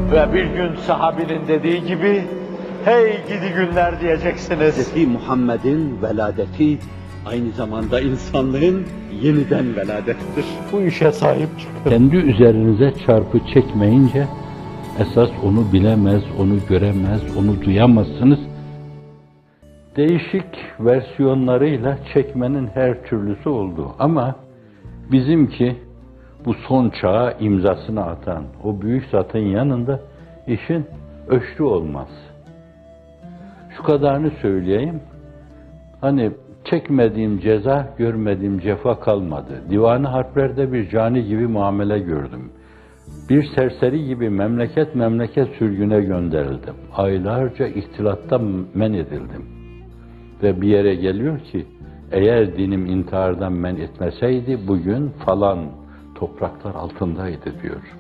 Ve bir gün sahabinin dediği gibi, hey gidi günler diyeceksiniz. Hz. Muhammed'in veladeti aynı zamanda insanlığın yeniden veladettir. Bu işe sahip çıkın. Kendi üzerinize çarpı çekmeyince, esas onu bilemez, onu göremez, onu duyamazsınız. Değişik versiyonlarıyla çekmenin her türlüsü oldu. Ama bizimki bu son çağa imzasını atan, o büyük zatın yanında işin ölçü olmaz. Şu kadarını söyleyeyim, hani çekmediğim ceza, görmediğim cefa kalmadı. Divan-ı harplerde bir cani gibi muamele gördüm. Bir serseri gibi memleket sürgüne gönderildim. Aylarca ihtilatta men edildim. Ve bir yere geliyor ki, eğer dinim intihardan men etmeseydi, bugün falan topraklar altındaydı diyor.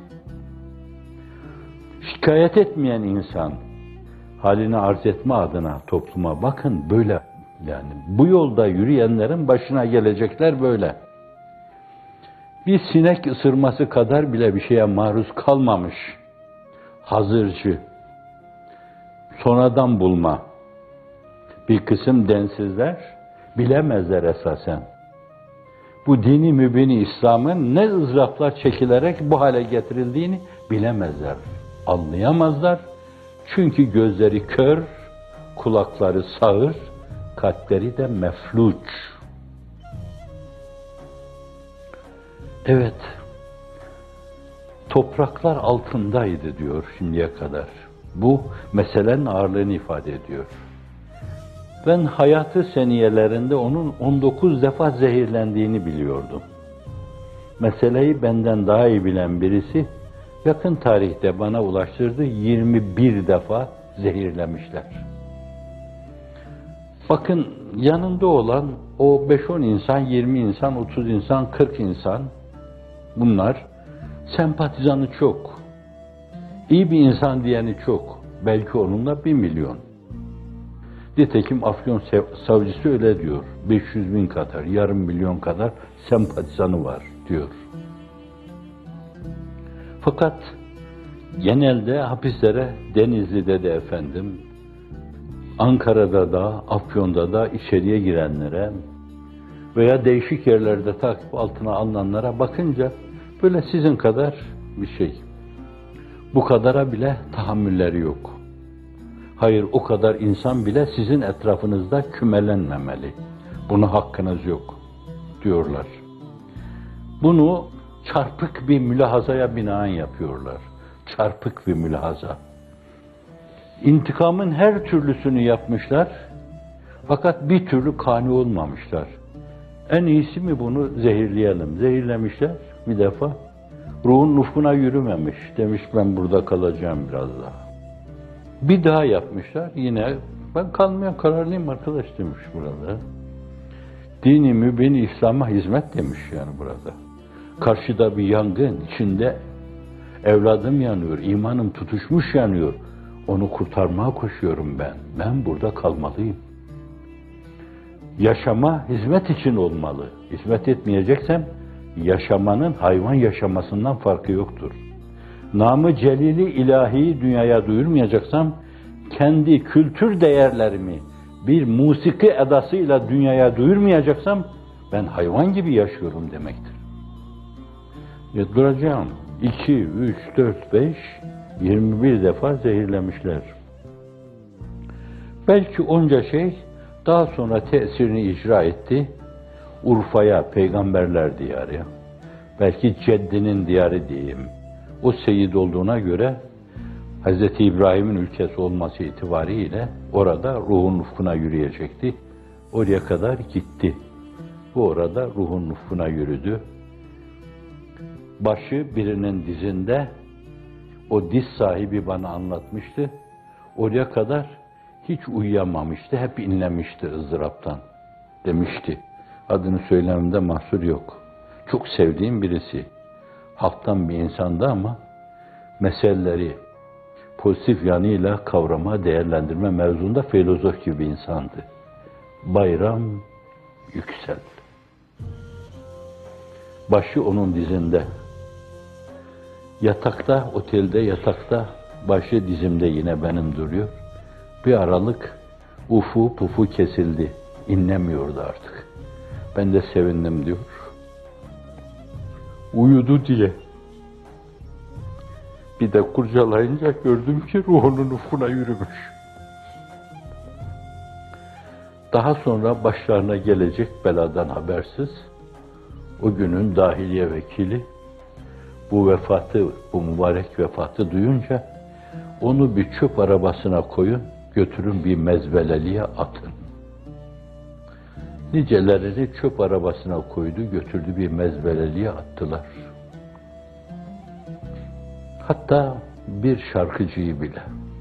Şikayet etmeyen insan, halini arz etme adına topluma bakın böyle, yani bu yolda yürüyenlerin başına gelecekler böyle. Bir sinek ısırması kadar bile bir şeye maruz kalmamış, hazırcı, sonradan bulma bir kısım densizler bilemezler esasen. Bu dini mübini İslam'ın ne ızdıraplar çekilerek bu hale getirildiğini bilemezler, anlayamazlar. Çünkü gözleri kör, kulakları sağır, kalpleri de mefluç. Evet, topraklar altındaydı diyor şimdiye kadar. Bu meselenin ağırlığını ifade ediyor. Ben hayatı seniyelerinde onun 19 defa zehirlendiğini biliyordum. Meseleyi benden daha iyi bilen birisi, yakın tarihte bana ulaştırdı, 21 defa zehirlemişler. Bakın yanında olan o 5-10 insan, 20 insan, 30 insan, 40 insan, bunlar sempatizanı çok, iyi bir insan diyeni çok, belki onunla 1 milyon. Nitekim Afyon savcısı öyle diyor, 500 bin kadar, yarım milyon kadar sempatizanı var diyor. Fakat genelde hapislere, Denizli'de de efendim, Ankara'da da, Afyon'da da içeriye girenlere veya değişik yerlerde takip altına alınanlara bakınca böyle sizin kadar bir şey. Bu kadara bile tahammülleri yok. Hayır, o kadar insan bile sizin etrafınızda kümelenmemeli. Buna hakkınız yok diyorlar. Bunu çarpık bir mülahazaya binaen yapıyorlar. Çarpık bir mülahaza. İntikamın her türlüsünü yapmışlar. Fakat bir türlü kani olmamışlar. En iyisi mi bunu zehirleyelim? Zehirlemişler bir defa. Ruhun ufkuna yürümemiş. Demiş ben burada kalacağım biraz daha. Bir daha yapmışlar. Yine ben kalmaya kararlıyım arkadaş demiş burada. Dini mübini İslam'a hizmet demiş yani burada. Karşıda bir yangın, içinde evladım yanıyor, imanım tutuşmuş yanıyor. Onu kurtarmaya koşuyorum ben. Ben burada kalmalıyım. Yaşama hizmet için olmalı. Hizmet etmeyeceksem yaşamanın hayvan yaşamasından farkı yoktur. Namı celili ilahiyi dünyaya duyurmayacaksam kendi kültür değerlerimi bir musiki edasıyla dünyaya duyurmayacaksam ben hayvan gibi yaşıyorum demektir. Duracağım. 2, 3, 4, 5, 21 defa zehirlemişler. Belki onca şey daha sonra tesirini icra etti. Urfa'ya, peygamberler diyarı, belki ceddinin diyarı diyeyim. O seyit olduğuna göre Hz. İbrahim'in ülkesi olması itibariyle orada ruhun ufkuna yürüyecekti. Oraya kadar gitti. Bu orada ruhun ufkuna yürüdü. Başı birinin dizinde, o diz sahibi bana anlatmıştı. Oraya kadar hiç uyuyamamıştı, hep inlemişti ızdıraptan demişti. Adını söylememde mahsur yok. Çok sevdiğim birisi. Halktan bir insandı ama meseleleri pozitif yanıyla kavrama, değerlendirme mevzunda filozof gibi bir insandı. Bayram Yüksel. Başı onun dizinde. Yatakta, otelde yatakta başı dizimde yine benim duruyor. Bir aralık ufu pufu kesildi. İnlemiyordu artık. Ben de sevindim diyor. Uyudu diye. Bir de kurcalayınca gördüm ki ruhunun ufkuna yürümüş. Daha sonra başlarına gelecek beladan habersiz, o günün dahiliye vekili bu vefatı, bu mübarek vefatı duyunca onu bir çöp arabasına koyun, götürün bir mezbeleliğe atın. Nicelerini çöp arabasına koydu, götürdü bir mezbeleliğe attılar. Hatta bir şarkıcıyı bile.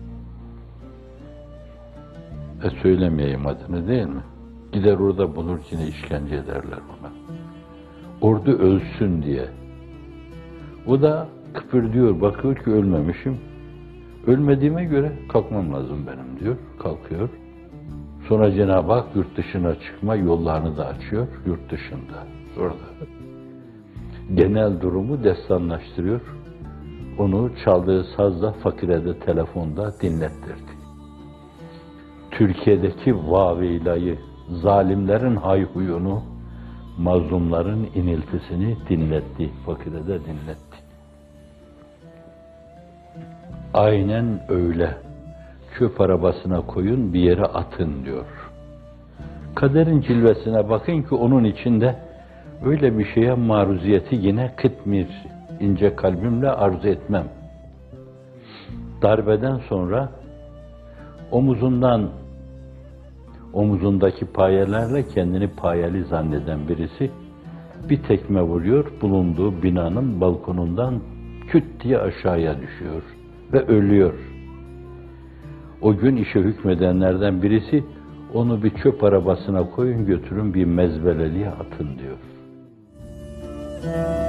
Söylemeyeyim adını değil mi? Gider orada bulur yine işkence ederler ona. Orada ölsün diye. O da kıpırdıyor, bakıyor ki ölmemişim. Ölmediğime göre kalkmam lazım benim diyor. Kalkıyor. Sonra Cenab-ı Hak yurt dışına çıkma yollarını da açıyor. Yurt dışında. Orada. Genel durumu destanlaştırıyor. Onu çaldığı sazla, fakire de telefonda dinlettirdi. Türkiye'deki vavilayı, zalimlerin hayhuyunu, mazlumların iniltisini dinletti. Fakire de dinletti. Aynen öyle. Çöp arabasına koyun, bir yere atın diyor. Kaderin cilvesine bakın ki onun içinde öyle bir şeye maruziyeti yine kıtmir, ince kalbimle arzu etmem. Darbeden sonra omuzundaki payelerle kendini payeli zanneden birisi bir tekme vuruyor, bulunduğu binanın balkonundan küt diye aşağıya düşüyor ve ölüyor. O gün işe hükmedenlerden birisi onu bir çöp arabasına koyun, götürün bir mezbeleliğe atın diyor.